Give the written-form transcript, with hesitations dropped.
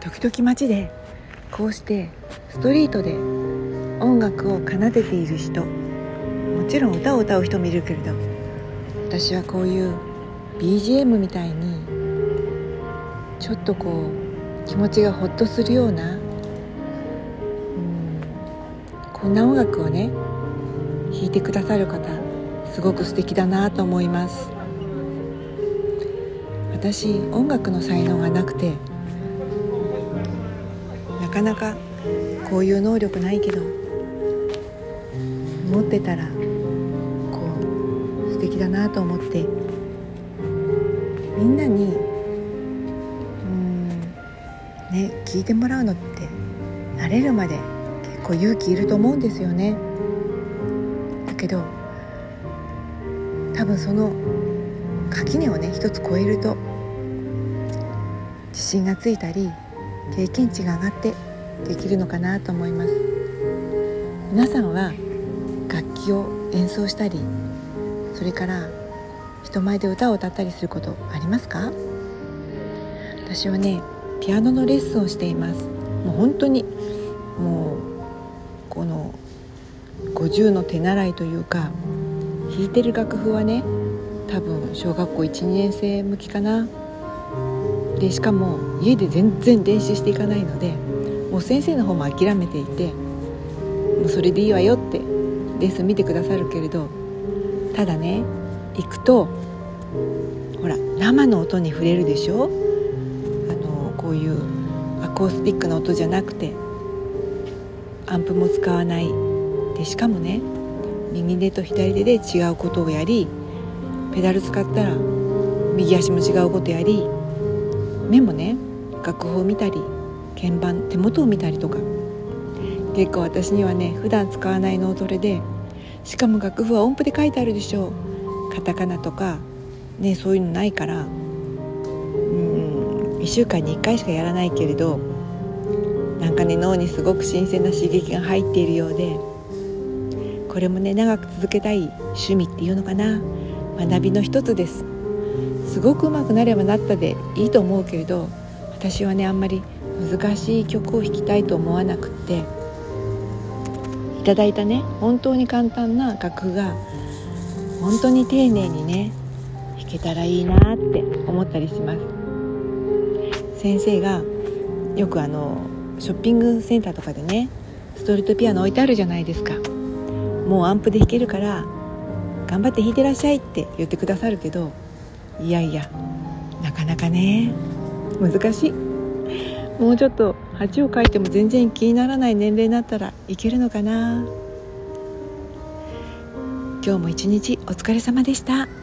時々街でこうしてストリートで音楽を奏でている人、もちろん歌を歌う人もいるけれど、私はこういう BGM みたいにちょっとこう気持ちがホッとするような、こんな音楽をね弾いてくださる方、すごく素敵だなと思います。私音楽の才能がなくて、なかなかこういう能力ないけど、持ってたらこう素敵だなと思って、みんなに聞いてもらうのって慣れるまで結構勇気いると思うんですよね。だけど多分その垣根をね一つ越えると自信がついたり経験値が上がってできるのかなと思います。皆さんは楽器を演奏したり、それから人前で歌を歌ったりすることありますか？私はねピアノのレッスンをしています。もう本当にもうこの50の手習いというか、弾いてる楽譜はね多分小学校 1,2 年生向きかな。でしかも家で全然練習していかないので、もう先生の方も諦めていて、もうそれでいいわよってレッスン見てくださるけれど、ただね行くとほら生の音に触れるでしょ。こういうアコースティックな音じゃなくてアンプも使わないで、しかもね右手と左手で違うことをやり、ペダル使ったら右足も違うことやり、目もね楽譜を見たり鍵盤手元を見たりとか、結構私にはね普段使わない脳トレで、しかも楽譜は音符で書いてあるでしょ。カタカナとかねそういうのないから、1週間に1回しかやらないけれど、なんかね脳にすごく新鮮な刺激が入っているようで、これもね長く続けたい趣味っていうのかな、学びの一つです。すごく上手くなればなったでいいと思うけれど、私はねあんまり難しい曲を弾きたいと思わなくって、いただいたね本当に簡単な楽譜が本当に丁寧にね弾けたらいいなって思ったりします。先生がよくショッピングセンターとかでねストリートピアノ置いてあるじゃないですか。もうアンプで弾けるから頑張って弾いてらっしゃいって言ってくださるけど、いやいやなかなかね難しい。もうちょっと8を書いても全然気にならない年齢になったらいけるのかな。今日も一日お疲れ様でした。